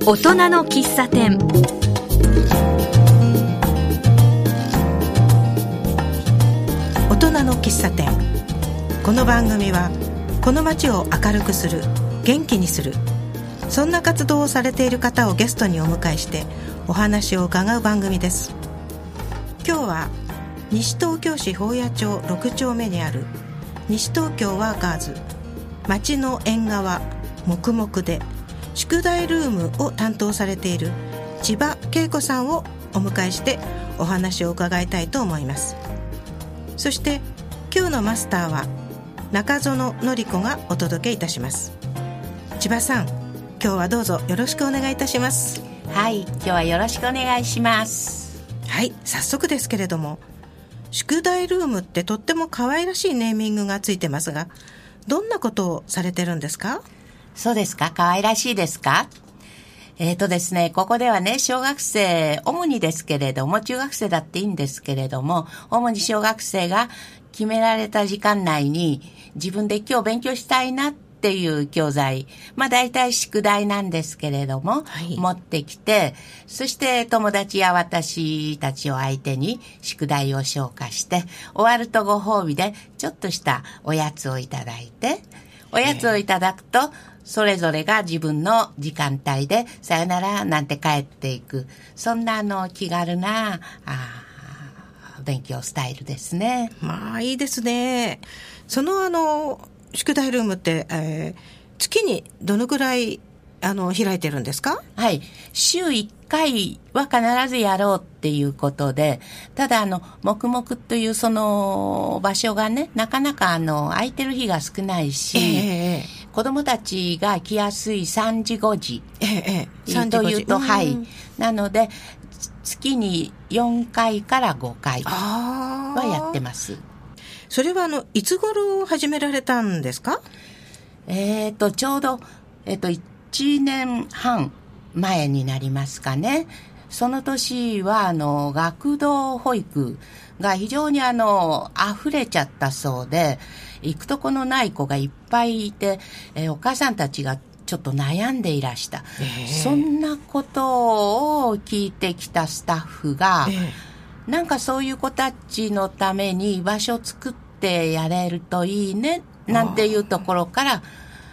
大人の喫茶店。 大人の喫茶店。この番組はこの街を明るくする、元気にする、そんな活動をされている方をゲストにお迎えしてお話を伺う番組です。今日は西東京市宝谷町6丁目にある西東京ワーカーズ街の縁側黙々で宿題ルームを担当されている千葉恵子さんをお迎えしてお話を伺いたいと思います。そして今日のマスターは中園典子がお届けいたします。千葉さん、今日はどうぞよろしくお願いいたします。 はい、今日はよろしくお願いします。 はい、早速ですけれども、宿題ルームってとっても可愛らしいネーミングがついてますが、どんなことをされてるんですか？ そうですか、可愛らしいですか？ですね、ここではね、小学生、主にですけれども、中学生だっていいんですけれども、主に小学生が決められた時間内に自分で今日勉強したいなっていう教材、大体宿題なんですけれども、はい、持ってきて、そして友達や私たちを相手に宿題を消化して、終わるとご褒美でちょっとしたおやつをいただいて、おやつをいただくと、それぞれが自分の時間帯でさよならなんて帰っていく、そんな気軽な勉強スタイルですね。 いいですね。その宿題ルームって、月にどのくらい開いてるんですか？ はい、週1回は必ずやろうっていうことで、ただ黙々というその場所がね、なかなか空いてる日が少ないし、子供たちが来やすい3時5時、というと、はい、なので月に4回から5回はやってます。 それはいつ頃始められたんですか？ ちょうど1年半前になりますかね。その年は学童保育が非常に溢れちゃったそうで、行くとこのない子がいっぱいいて、お母さんたちがちょっと悩んでいらした、そんなことを聞いてきたスタッフが、なんかそういう子たちのために場所を作ってやれるといいねなんていうところから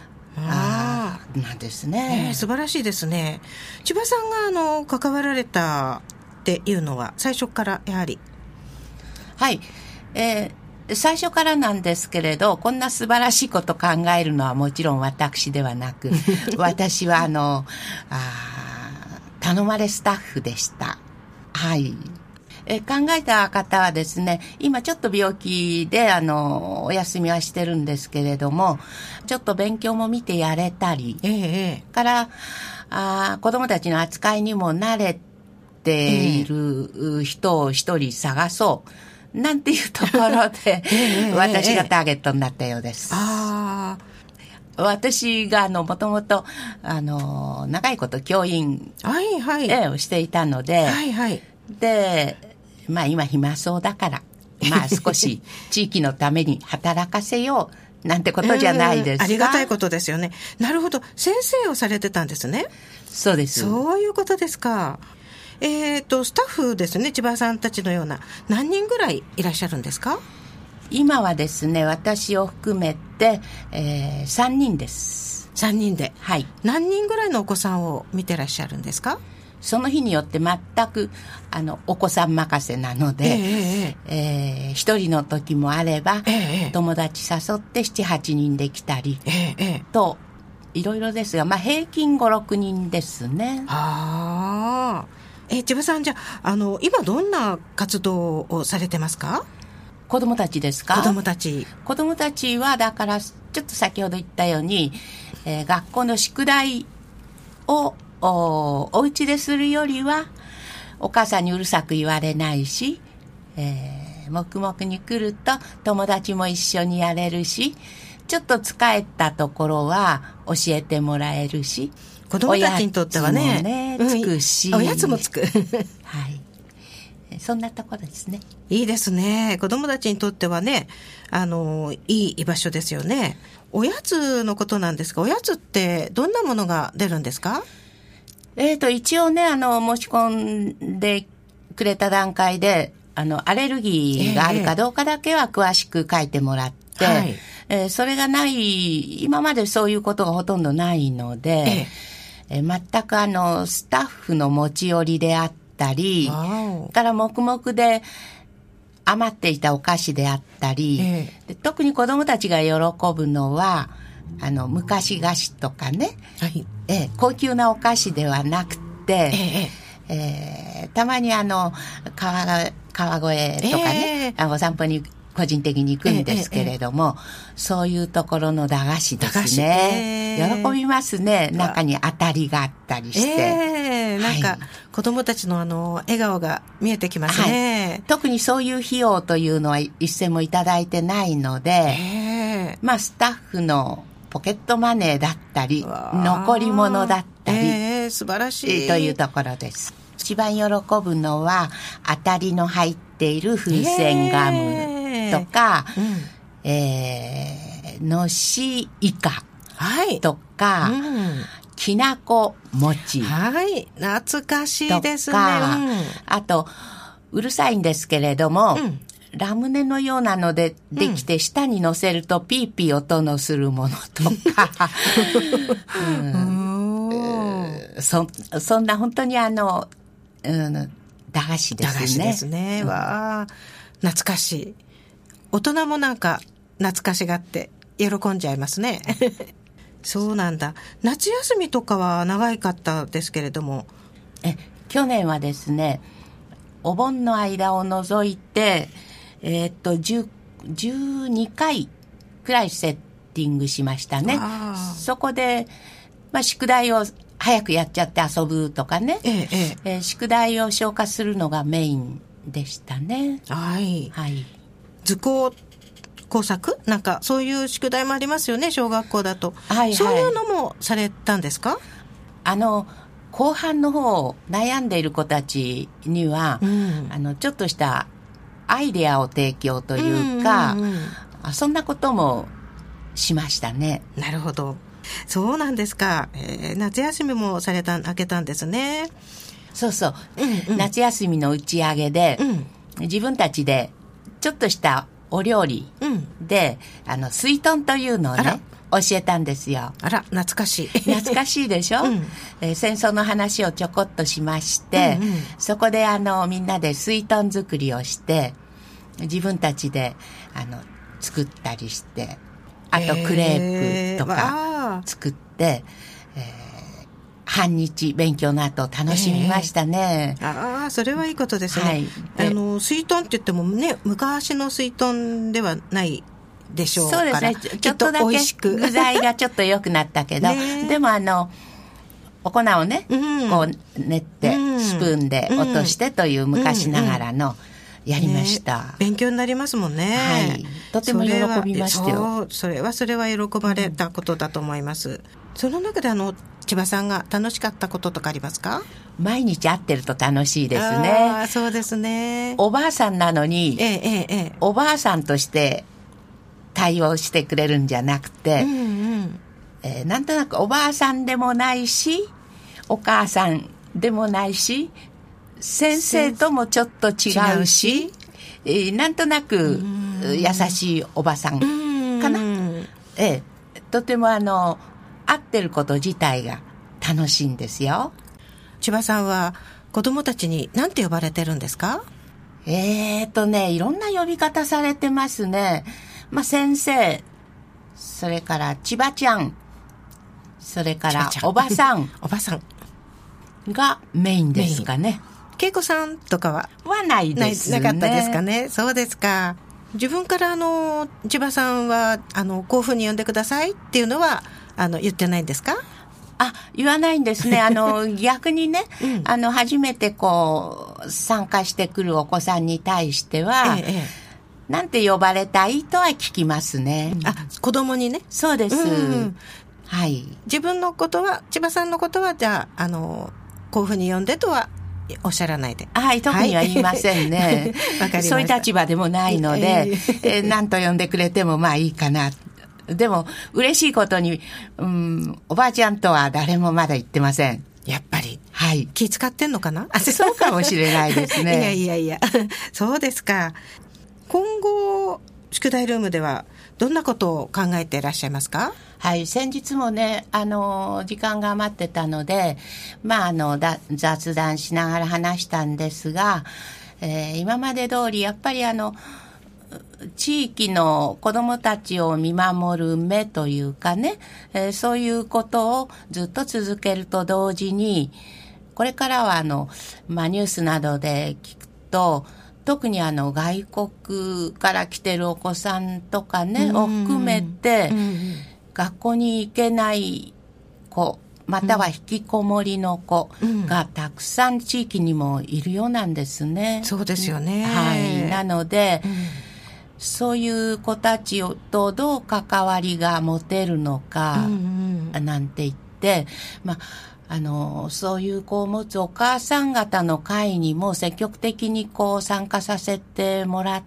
なんですね。 素晴らしいですね。千葉さんが関わられたっていうのは最初からやはり？ はい、最初からなんですけれど、こんな素晴らしいこと考えるのはもちろん私ではなく私は頼まれスタッフでした。はい。考えた方はですね、今ちょっと病気でお休みはしてるんですけれども、ちょっと勉強も見てやれたり、から子供たちの扱いにも慣れている人を一人探そうなんていうところで、私がターゲットになったようです。私がもともと長いこと教員をしていたので、で今暇そうだから少し地域のために働かせようなんてことじゃないですか。 ありがたいことですよね。なるほど、先生をされてたんですね。 そうです。 そういうことですか。スタッフですね、千葉さんたちのような何人ぐらいいらっしゃるんですか？ 今はですね、私を含めて、3人です。 3人で。 はい。 何人ぐらいのお子さんを見てらっしゃるんですか？ その日によって全くお子さん任せなので、一人の時もあれば、友達誘って7、8人で来たり、といろいろですが、平均5、6人ですね。 千葉さん、じゃあ今どんな活動をされてますか？ 子供たちですか？ 子供たちはだからちょっと先ほど言ったように、学校の宿題をお家でするよりはお母さんにうるさく言われないし、黙々に来ると友達も一緒にやれるし、ちょっと疲れたところは教えてもらえるし、 子供たちにとってはね、 つくし、 おやつもつくはい、 そんなところですね。 いいですね。子供たちにとってはね、いい居場所ですよね。おやつのことなんですが、おやつってどんなものが出るんですか？ 一応ね、申し込んでくれた段階で、アレルギーがあるかどうかだけは詳しく書いてもらって、それがない、今までそういうことがほとんどないので、全くスタッフの持ち寄りであったり、から黙々で余っていたお菓子であったり、で特に子供たちが喜ぶのは、昔菓子とかね、高級なお菓子ではなくて、たまに川越とかね、お散歩に個人的に行くんですけれども、そういうところの駄菓子ですね。喜びますね。中に当たりがあったりして。 なんか、子供たちの笑顔が見えてきますね。 特にそういう費用というのは一銭もいただいてないので、スタッフのポケットマネーだったり、残り物だったり、 素晴らしい。 というところです。一番喜ぶのは、当たりの入っている風船ガムとか、のしイカとか、きなこ餅。 懐かしいですね。 あと、うるさいんですけれども、ラムネのようなのでできて、下に乗せるとピーピー音のするものとか、そんな本当に駄菓子ですね。 駄菓子ですね。懐かしい。大人もなんか懐かしがって喜んじゃいますね。そうなんだ。夏休みとかは長かったですけれども。 去年はですね、お盆の間を除いて、12回くらいセッティングしましたね。そこで、宿題を早くやっちゃって遊ぶとかね、宿題を消化するのがメインでしたね。図工工作なんかそういう宿題もありますよね、小学校だと。そういうのもされたんですか？後半の方悩んでいる子たちには、ちょっとしたアイデアを提供というか、そんなこともしましたね。 なるほど。そうなんですか。夏休みも開けたんですね。 そうそう。夏休みの打ち上げで、自分たちでちょっとしたお料理で、水豚というのをね、教えたんですよ。 懐かしい。 懐かしいでしょ、戦争の話をちょこっとしまして、そこでみんなで水豚作りをして、自分たちで作ったりして、あとクレープとか作って、半日勉強の後楽しみましたね。 それはいいことですね。水豚って言ってもね、昔の水豚ではないでしょうから。 そうですね。ちょっとだけ具材がちょっと良くなったけど、でもお粉をね、こう練ってスプーンで落としてという昔ながらのやりました。 勉強になりますもんね。 とても喜びましたよ。 それは喜ばれたことだと思います。その中で千葉さんが楽しかったこととかありますか？ 毎日会ってると楽しいですね。 そうですね。 おばあさんなのに、おばあさんとして対応してくれるんじゃなくて、なんとなくおばあさんでもないし、お母さんでもないし、先生ともちょっと違うし、なんとなく優しいおばさんかな。とても会ってること自体が楽しいんですよ。 千葉さんは子供たちに何て呼ばれてるんですか？ いろんな呼び方されてますね。先生、それから千葉ちゃん、それからおばさんおばさんがメインですかね。 恵子さんとかはないですね。 なかったですかね。そうですか。自分から千葉さんはこういうふうに呼んでくださいっていうのは言ってないんですか？ 言わないんですね。逆にね、初めて参加してくるお子さんに対しては、なんて呼ばれたいとは聞きますね。 子供にね。 そうです。 自分のことは、千葉さんのことは、じゃあ、こういうふうに呼んでとはおっしゃらないで。 特には言いませんね。 わかりました。 そういう立場でもないので、何と呼んでくれてもいいかな。でも、嬉しいことに、おばあちゃんとは誰もまだ言ってません。 やっぱり。 はい。 気使ってんのかな？ そうかもしれないですね。 いや。そうですか。今後、宿題ルームではどんなことを考えていらっしゃいますか？ はい。先日もね、時間が余ってたので、雑談しながら話したんですが、今まで通り、やっぱり地域の子どもたちを見守る目というかね、そういうことをずっと続けると同時に、これからはニュースなどで聞くと、特に外国から来てるお子さんとかね、を含めて、学校に行けない子、または引きこもりの子がたくさん地域にもいるようなんですね。 そうですよね。 はい。なので、そういう子たちとどう関わりが持てるのか、なんて言って、そういう子を持つお母さん方の会にも積極的に参加させてもらって、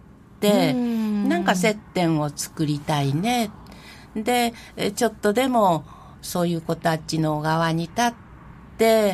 なんか接点を作りたいね。で、ちょっとでもそういう子たちの側に立って、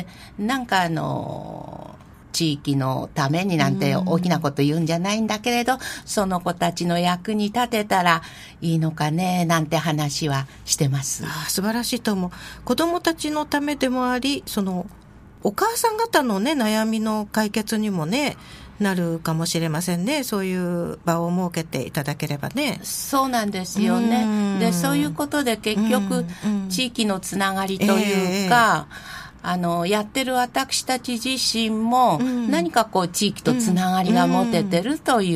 なんか地域のためになんて大きなこと言うんじゃないんだけれど、その子たちの役に立てたらいいのかね、なんて話はしてます。 素晴らしいと思う。子供たちのためでもあり、お母さん方のね、悩みの解決にもね、なるかもしれませんね。そういう場を設けていただければね。 そうなんですよね。で、そういうことで結局、地域のつながりというか、やってる私たち自身も、何か地域とつながりが持ててるという、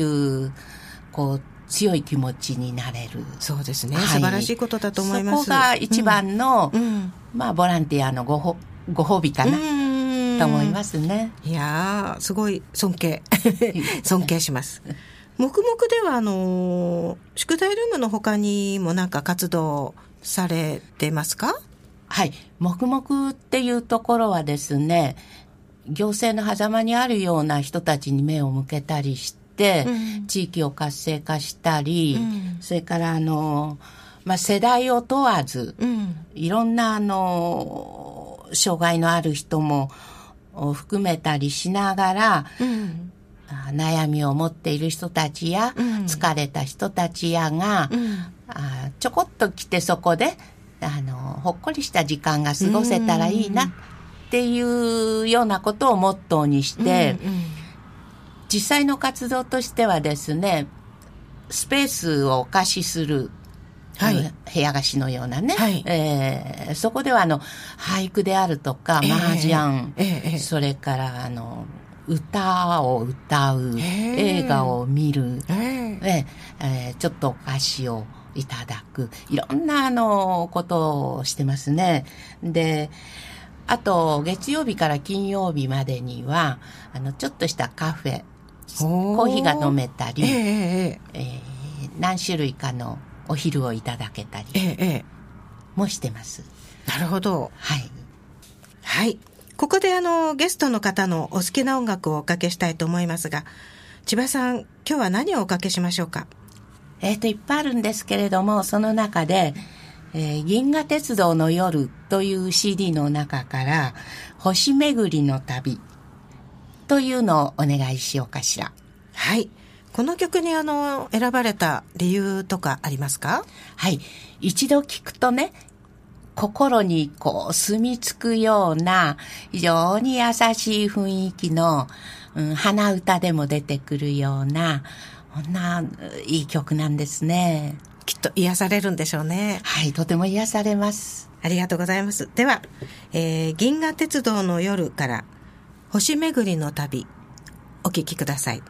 強い気持ちになれる。 そうですね。素晴らしいことだと思います。 そこが一番の、ボランティアのご褒美かな、と思いますね。 いやー、すごい尊敬。尊敬します。黙々では、宿題ルームの他にもなんか活動されてますか？ はい。黙々っていうところはですね、行政の狭間にあるような人たちに目を向けたりして、地域を活性化したり、それから世代を問わず、いろんな障害のある人も含めたりしながら、悩みを持っている人たちや、疲れた人たちやが、ちょこっと来てそこで、ほっこりした時間が過ごせたらいいなっていうようなことをモットーにして、実際の活動としてはですね、スペースをお貸しする、部屋貸しのようなね、そこでは俳句であるとか、麻雀、それから歌を歌う、映画を見る、ちょっとお菓子をいただく、いろんなことをしてますね。で、あと月曜日から金曜日までにはちょっとしたカフェ、コーヒーが飲めたり、何種類かのお昼をいただけたりもしてます。 なるほど。 はい。 はい。ここでゲストの方のお好きな音楽をおかけしたいと思いますが、千葉さん、今日は何をおかけしましょうか？ いっぱいあるんですけれども、その中で、銀河鉄道の夜という CD の中から、星巡りの旅というのをお願いしようかしら。 はい。この曲に選ばれた理由とかありますか？ はい。一度聞くとね、心に住み着くような非常に優しい雰囲気の、鼻歌でも出てくるような、こんないい曲なんですね。 きっと癒されるんでしょうね。 はい、とても癒されます。 ありがとうございます。では、銀河鉄道の夜から星巡りの旅、お聞きください。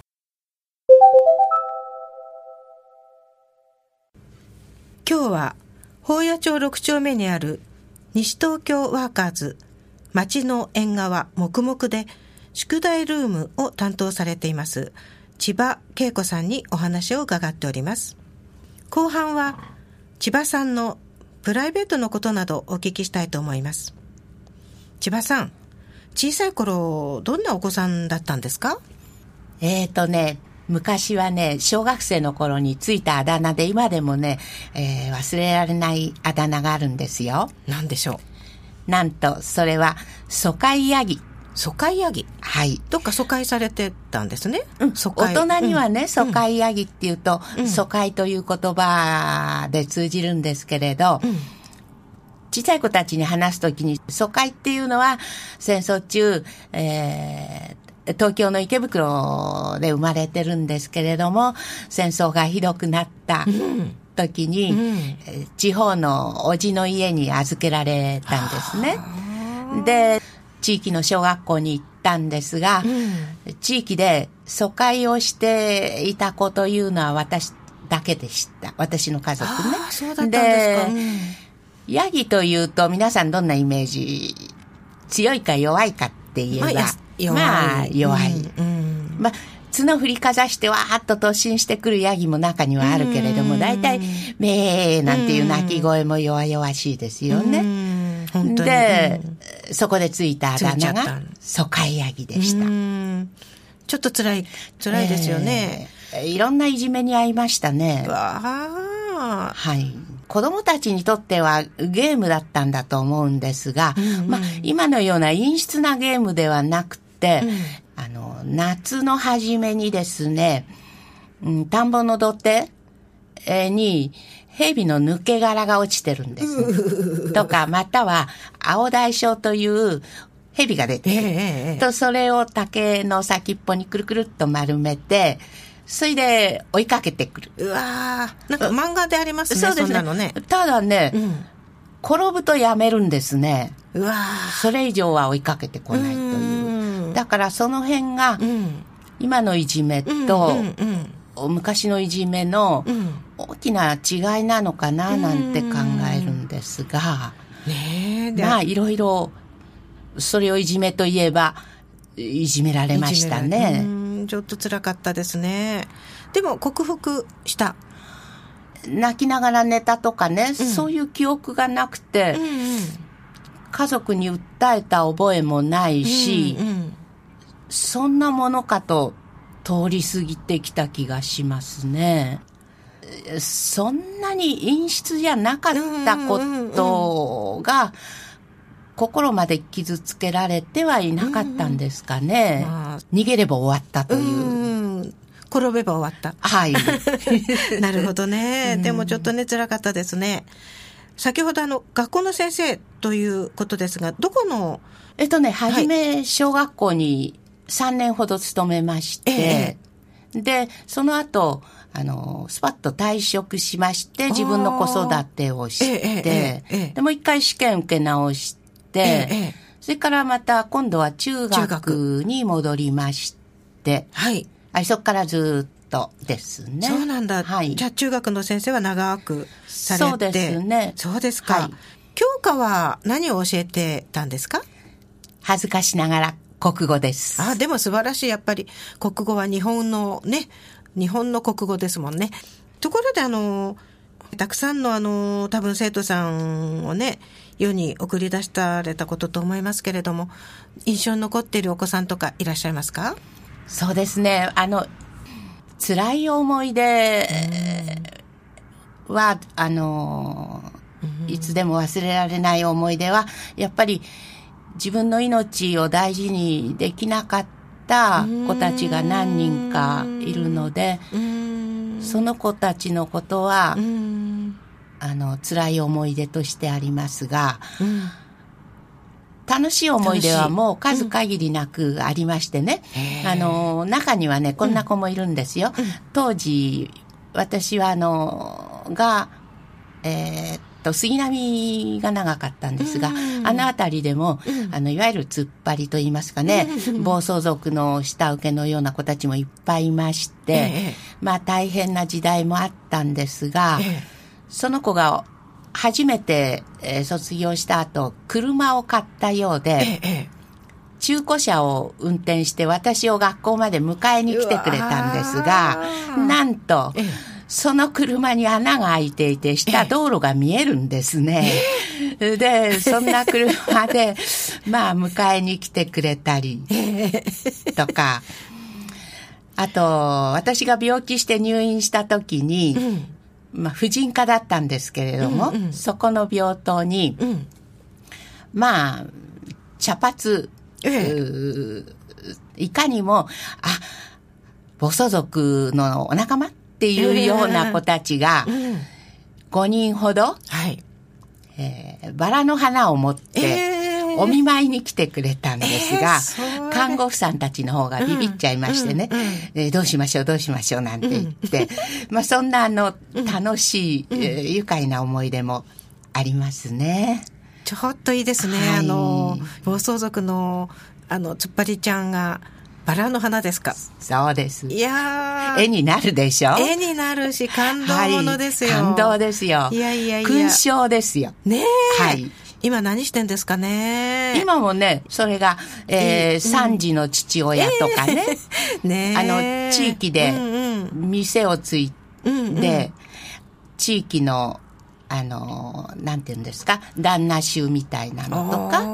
今日は宝谷町6丁目にある西東京ワーカーズ町の縁側黙々で宿題ルームを担当されています千葉恵子さんにお話を伺っております。後半は千葉さんのプライベートのことなどお聞きしたいと思います。千葉さん、小さい頃どんなお子さんだったんですか？ 昔はね、小学生の頃についたあだ名で今でもね、忘れられないあだ名があるんですよ。 何でしょう？ なんとそれは疎開ヤギ。 疎開ヤギ。 はい。 どっか疎開されてたんですね。疎大開。 人にはね、疎開ヤギっていうと、疎開という言葉で通じるんですけれど、小さい子たちに話すときに、疎開っていうのは戦争中、東京の池袋で生まれてるんですけれども、戦争がひどくなった時に、地方のおじの家に預けられたんですね。で、地域の小学校に行ったんですが、地域で疎開をしていた子というのは私だけでした。私の家族ね。 そうだったんですか。 ヤギというと皆さんどんなイメージ？強いか弱いかって言えば、弱い。角振りかざしてわーっと突進してくるヤギも中にはあるけれども、だいたいめーなんていう鳴き声も弱々しいですよね。 本当に。 で、そこでついたあだ名が疎開ヤギでした。 ちょっと辛いですよね。 いろんないじめに遭いましたね。はい。子供たちにとってはゲームだったんだと思うんですが、今のような陰湿なゲームではなくて、夏の初めにですね、田んぼの土手に蛇の抜け殻が落ちてるんです。とか、または青大将という蛇が出てる。と、それを竹の先っぽにくるくるっと丸めて、それで追いかけてくる。 うわー、なんか漫画でありますね、そんなのね。 ただね、転ぶとやめるんですね。 うわー。 それ以上は追いかけてこないという。だからその辺が、今のいじめと、昔のいじめの大きな違いなのかななんて考えるんですが、まあいろいろ、それをいじめといえば、いじめられましたね。 ちょっと辛かったですね。でも克服した。 泣きながら寝たとかね、そういう記憶がなくて、家族に訴えた覚えもないし、そんなものかと通り過ぎてきた気がしますね。そんなに陰湿じゃなかったことが、心まで傷つけられてはいなかったんですかね。逃げれば終わったという。 転べば終わった。 はい。 なるほどね。でもちょっとね、辛かったですね。先ほど学校の先生ということですが、どこの？ はじめ小学校に3年ほど勤めまして、で、その後、スパッと退職しまして、自分の子育てをして、で、もう一回試験受け直して、それからまた今度は中学に戻りまして、そこからずっとですね。 そうなんだ。じゃあ中学の先生は長くされて。 そうですね。 そうですか。教科は何を教えてたんですか？ 恥ずかしながら国語です。 でも素晴らしい。やっぱり国語は日本の国語ですもんね。ところでたくさんの多分生徒さんをね、世に送り出されたことと思いますけれども、印象に残っているお子さんとかいらっしゃいますか？ そうですね。辛い思い出は、いつでも忘れられない思い出は、やっぱり自分の命を大事にできなかった子たちが何人かいるので、その子たちのことは、辛い思い出としてありますが、楽しい思い出はもう数限りなくありましてね、中にはね、こんな子もいるんですよ。当時、私は杉並が長かったんですが、あの辺りでも、いわゆる突っ張りと言いますかね、暴走族の下請けのような子たちもいっぱいいまして、まあ大変な時代もあったんですが、その子が初めて、卒業した後、車を買ったようで、中古車を運転して私を学校まで迎えに来てくれたんですが、なんと、その車に穴が開いていて、下道路が見えるんですね。で、そんな車で、まあ、迎えに来てくれたり、とか、あと、私が病気して入院した時に、まあ、婦人科だったんですけれども、そこの病棟に、 まあ、茶髪、いかにも、暴走族のお仲間っていうような子たちが、5人ほど、バラの花を持って、お見舞いに来てくれたんですが、看護婦さんたちの方がビビっちゃいましてね、どうしましょうどうしましょうなんて言って、まあそんな楽しい、愉快な思い出もありますね。 ちょっといいですね。暴走族のつっぱりちゃんがバラの花ですか。 そうです。 いや絵になるでしょ。 絵になるし感動ものですよ。 感動ですよ。 いやいやいや。 勲章ですよ。 ねえ。今何してんですかね。 今もね、それが、3児の父親とかね。 ね地域で店をついて、地域のなんていうんですか、旦那衆みたいなのとか。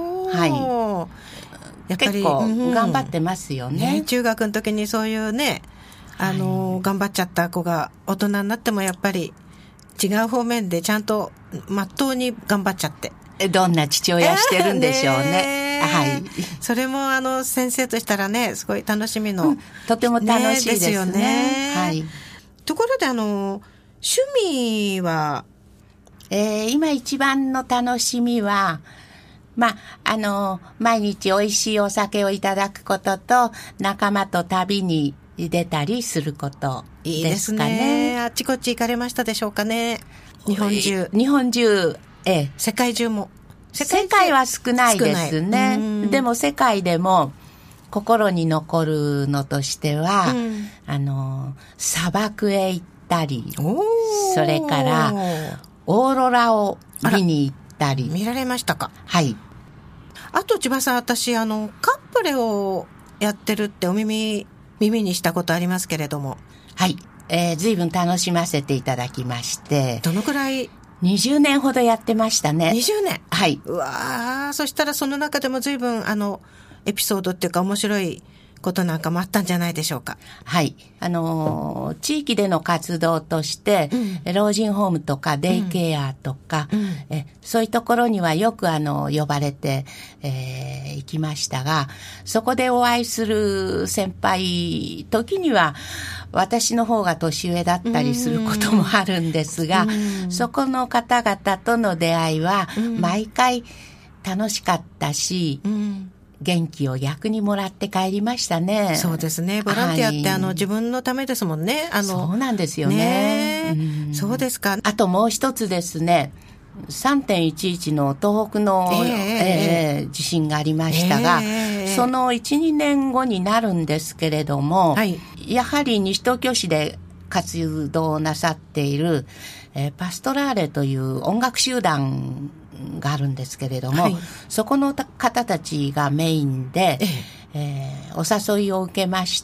やっぱり結構頑張ってますよね。 中学の時にそういうね、頑張っちゃった子が大人になってもやっぱり違う方面でちゃんとまっとうに頑張っちゃって。 どんな父親してるんでしょうね。 それも先生としたらね、すごい楽しみの。 とても楽しいですよね。ところで趣味は、 今一番の楽しみは、まあ、毎日美味しいお酒をいただくことと、仲間と旅に出たりすることですかね。いいですね。 あちこち行かれましたでしょうかね。日本中。 日本中、 世界中も。 世界は少ないですね。でも世界でも心に残るのとしては、砂漠へ行ったり、それから、オーロラを見に行ったり。 見られましたか。 はい。 あと千葉さん、私カップレをやってるって耳にしたことありますけれども。 はい。随分楽しませていただきまして。 どのくらい ？20年ほどやってましたね。 20年。 はい。 うわー、そしたらその中でも随分エピソードっていうか面白いことなんかもあったんじゃないでしょうか。 はい。地域での活動として、老人ホームとかデイケアとか、そういうところにはよく呼ばれて、行きましたが、そこでお会いする先輩、時には私の方が年上だったりすることもあるんですが、そこの方々との出会いは、毎回楽しかったし、元気を逆にもらって帰りましたね。 そうですね。ボランティアって自分のためですもんね。 そうなんですよね。 そうですか。 あともう一つですね。3.11 の東北の、地震がありましたが、その 1,2 年後になるんですけれども、やはり西東京市で活動をなさっている、パストラーレという音楽集団があるんですけれども、そこの方たちがメインで、お誘いを受けまして、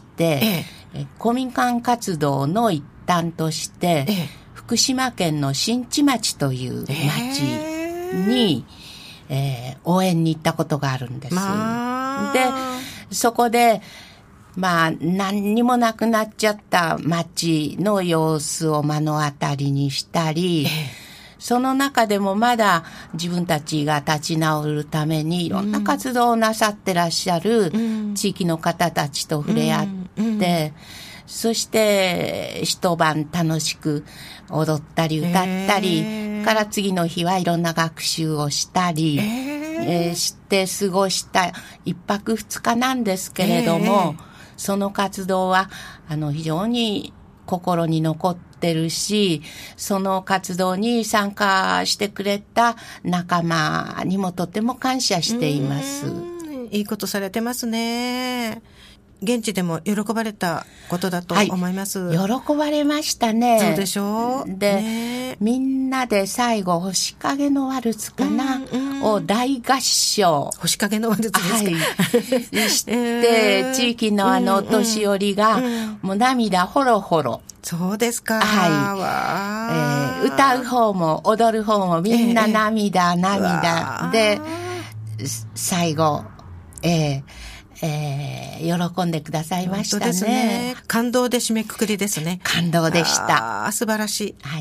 公民館活動の一端として、福島県の新地町という町に、応援に行ったことがあるんです。で、そこで、何にもなくなっちゃった町の様子を目の当たりにしたり、その中でもまだ自分たちが立ち直るためにいろんな活動をなさってらっしゃる地域の方たちと触れ合って、そして一晩楽しく踊ったり歌ったり、から次の日はいろんな学習をしたり、して過ごした一泊二日なんですけれども、その活動は非常に心に残ってるし、その活動に参加してくれた仲間にもとても感謝しています。 いいことされてますね。現地でも喜ばれたことだと思います。 喜ばれましたね。 そうでしょう。 で、みんなで最後、星影のワルツかな、を大合唱。 星影のワルツですか。 して、地域のお年寄りが、もう涙ほろほろ。 そうですか。 歌う方も踊る方もみんな涙で、最後、喜んでくださいましたね。 本当ですね。感動で締めくくりですね。 感動でした。 素晴らしい。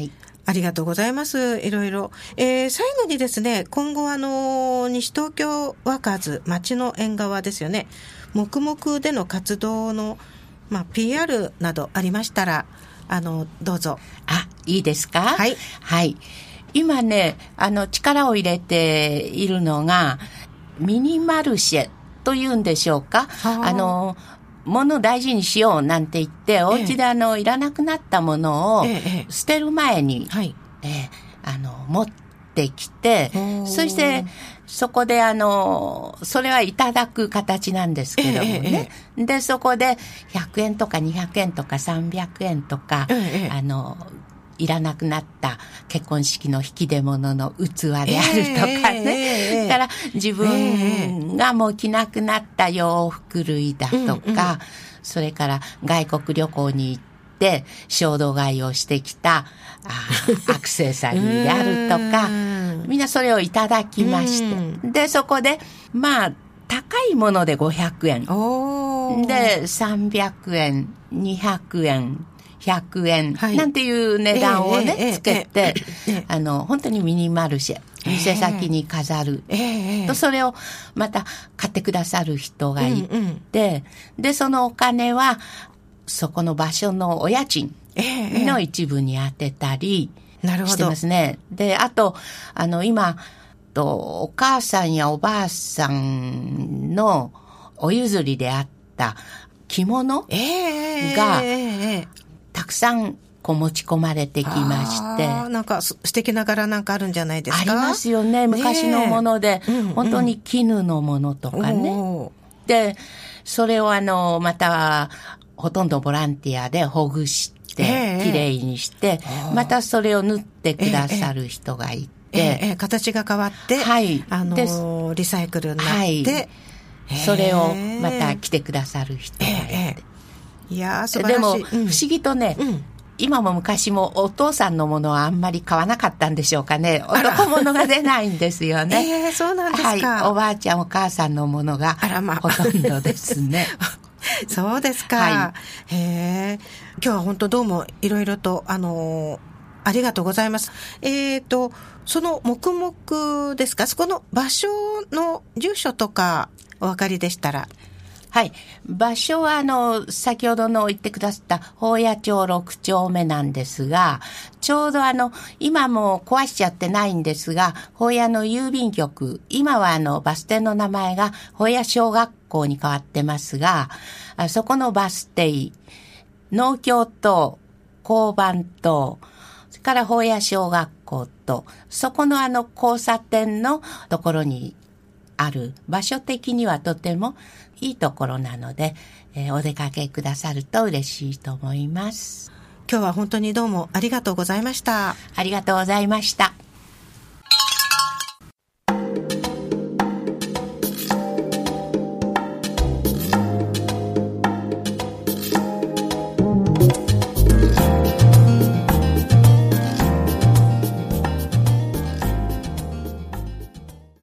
ありがとうございます。いろいろ。最後にですね、今後西東京ワーカーズ町の縁側ですよね。黙々での活動の、PR などありましたら、どうぞ。 いいですか？ はい。 はい。今ね、力を入れているのが、ミニマルシェというんでしょうか？物を大事にしようなんて言って、お家でいらなくなったものを捨てる前に、持ってきて、そしてそこでそれはいただく形なんですけどもね。で、そこで100円とか200円とか300円とか、いらなくなった結婚式の引き出物の器であるとかね。だから自分がもう着なくなった洋服類だとか、それから外国旅行に行って衝動買いをしてきたアクセサリーであるとか、みんなそれをいただきまして。で、そこで、高いもので500円。で、300円、200円。100円なんていう値段をね、つけて、本当にミニマルシェ、店先に飾る。と、それをまた買ってくださる人がいて、で、そのお金は、そこの場所のお家賃の一部に当てたりしてますね。で、あと、今、お母さんやおばあさんのお譲りであった着物が、たくさん持ち込まれてきまして。 なんか素敵な柄なんかあるんじゃないですか？ ありますよね。昔のもので、本当に絹のものとかね。で、それをまた、ほとんどボランティアでほぐして、きれいにして、またそれを縫ってくださる人がいて。 形が変わって、リサイクルになって、 それをまた着てくださる人がいて。 いやー、素晴らしい。 でも、不思議とね、今も昔もお父さんのものはあんまり買わなかったんでしょうかね。男物が出ないんですよね。 そうなんですか。 おばあちゃんお母さんのものがほとんどですね。 そうですか。今日は本当どうもいろいろとありがとうございます。その黙々ですか？そこの場所の住所とかお分かりでしたら。 はい。場所は先ほどの言ってくださった宝谷町6丁目なんですが、ちょうど今も壊しちゃってないんですが、宝谷の郵便局、今はバス停の名前が宝谷小学校に変わってますが、そこのバス停、農協と交番と、それから宝谷小学校と、そこの交差点のところにある場所的にはとてもいいところなので、お出かけくださると嬉しいと思います。 今日は本当にどうもありがとうございました。 ありがとうございました。